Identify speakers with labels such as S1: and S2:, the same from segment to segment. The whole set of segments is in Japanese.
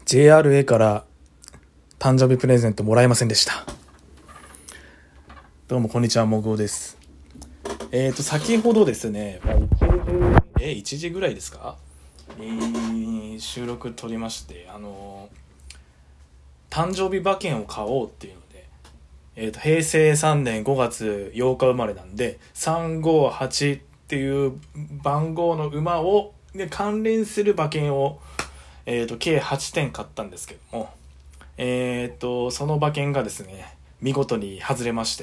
S1: JRA から誕生日プレゼントもらえませんでした。どうもこんにちは、もぐおです。先ほどですね、1時ぐらいですかに収録撮りまして、誕生日馬券を買おうっていうので、平成3年5月8日生まれなんで358っていう番号の馬をで関連する馬券を計8点買ったんですけども、その馬券がですね、見事に外れまして、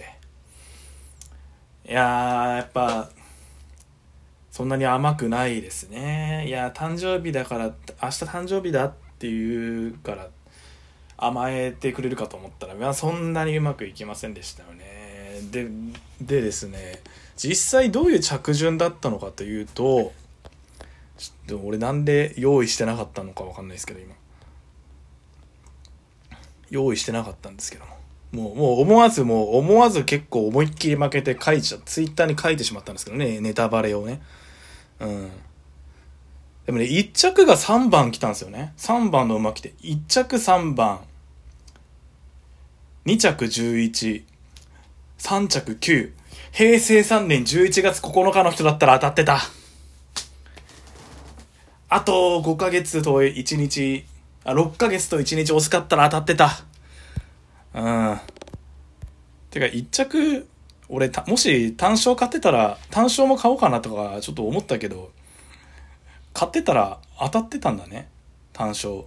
S1: やっぱそんなに甘くないですね。誕生日だから、明日誕生日だっていうから甘えてくれるかと思ったら、そんなにうまくいきませんでしたよね。でですね、実際どういう着順だったのかというと、ちょっと俺なんで用意してなかったのかわかんないですけど、今用意してなかったんですけどもう思わず結構思いっきり負けてツイッターに書いてしまったんですけどね、ネタバレをね。でもね、1着が3番来たんですよね。3番の馬来て、1着3番、2着11、3着9。平成3年11月9日の人だったら当たってた。あと5ヶ月と1日、6ヶ月と1日遅かったら当たってた。てか1着、俺もし単勝買ってたら、単勝も買おうかなとかちょっと思ったけど、買ってたら当たってたんだね、単勝。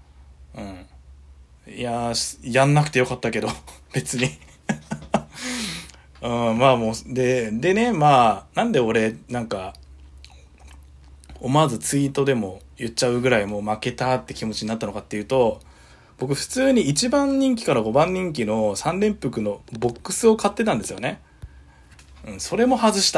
S1: やんなくてよかったけど別にまあもうでね、なんで俺なんか思わずツイートでも言っちゃうぐらいもう負けたって気持ちになったのかっていうと、僕普通に1番人気から5番人気の3連複のボックスを買ってたんですよね。それも外した。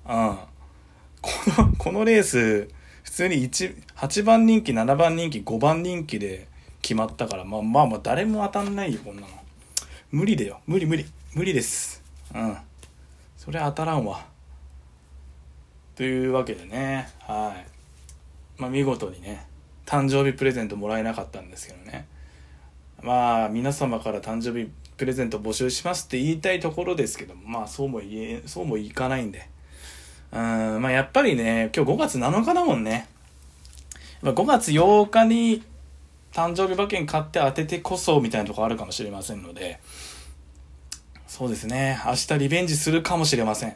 S1: このレース普通に8番人気、7番人気、5番人気で決まったから、誰も当たんないよ、こんなの。無理だよ。無理です。それ当たらんわ。というわけでね、見事にね、誕生日プレゼントもらえなかったんですけどね。皆様から誕生日プレゼント募集しますって言いたいところですけども、そうもいかないんで。やっぱりね、今日5月7日だもんね。5月8日に誕生日馬券買って当ててこそみたいなところあるかもしれませんので、そうですね、明日リベンジするかもしれません。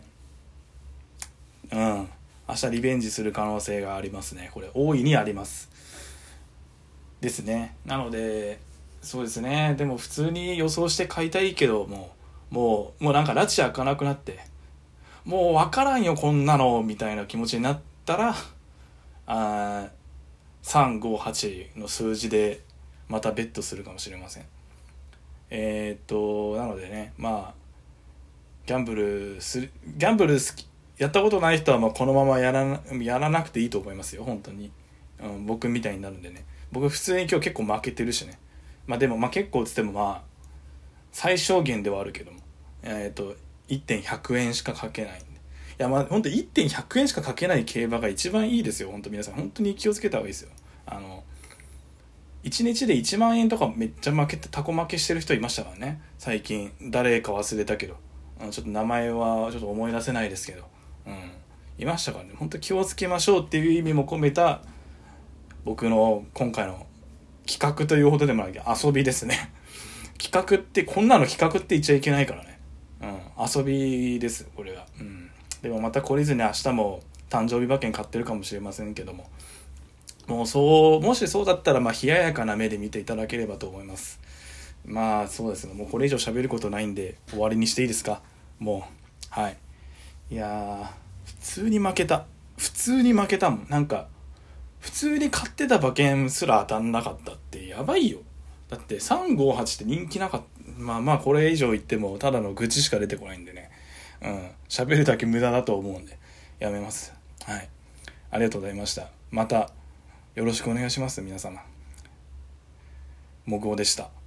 S1: 明日リベンジする可能性がありますね。これ大いにありますですね。なのでそうですね、でも普通に予想して買いたいけどもうなんか拉致開かなくなって、もう分からんよこんなのみたいな気持ちになったら、358の数字でまたベットするかもしれません。なのでね、ギャンブル好き、やったことない人はこのままやらなくていいと思いますよ、本当に。僕みたいになるんでね。僕普通に今日結構負けてるしね。でも結構つっても最小限ではあるけども、1.100 円しかかけないんで。本当 1.100 円しかかけない競馬が一番いいですよ。本当皆さん本当に気をつけた方がいいですよ。1日で1万円とかめっちゃタコ負けしてる人いましたからね、最近。誰か忘れたけど、ちょっと名前はちょっと思い出せないですけど、いましたからね。本当気をつけましょうっていう意味も込めた僕の今回の企画というほどでもないけど遊びですね企画って、こんなの企画って言っちゃいけないからね。遊びですこれは。でもまた懲りずに明日も誕生日馬券買ってるかもしれませんけども、もしそうだったら冷ややかな目で見ていただければと思います。そうですね、もうこれ以上喋ることないんで終わりにしていいですか。いや普通に負けたもん。なんか普通に買ってた馬券すら当たんなかったってやばいよ。だって358って人気なかった。これ以上言ってもただの愚痴しか出てこないんでね、喋るだけ無駄だと思うんでやめます。ありがとうございました。またよろしくお願いします皆様。もぐおでした。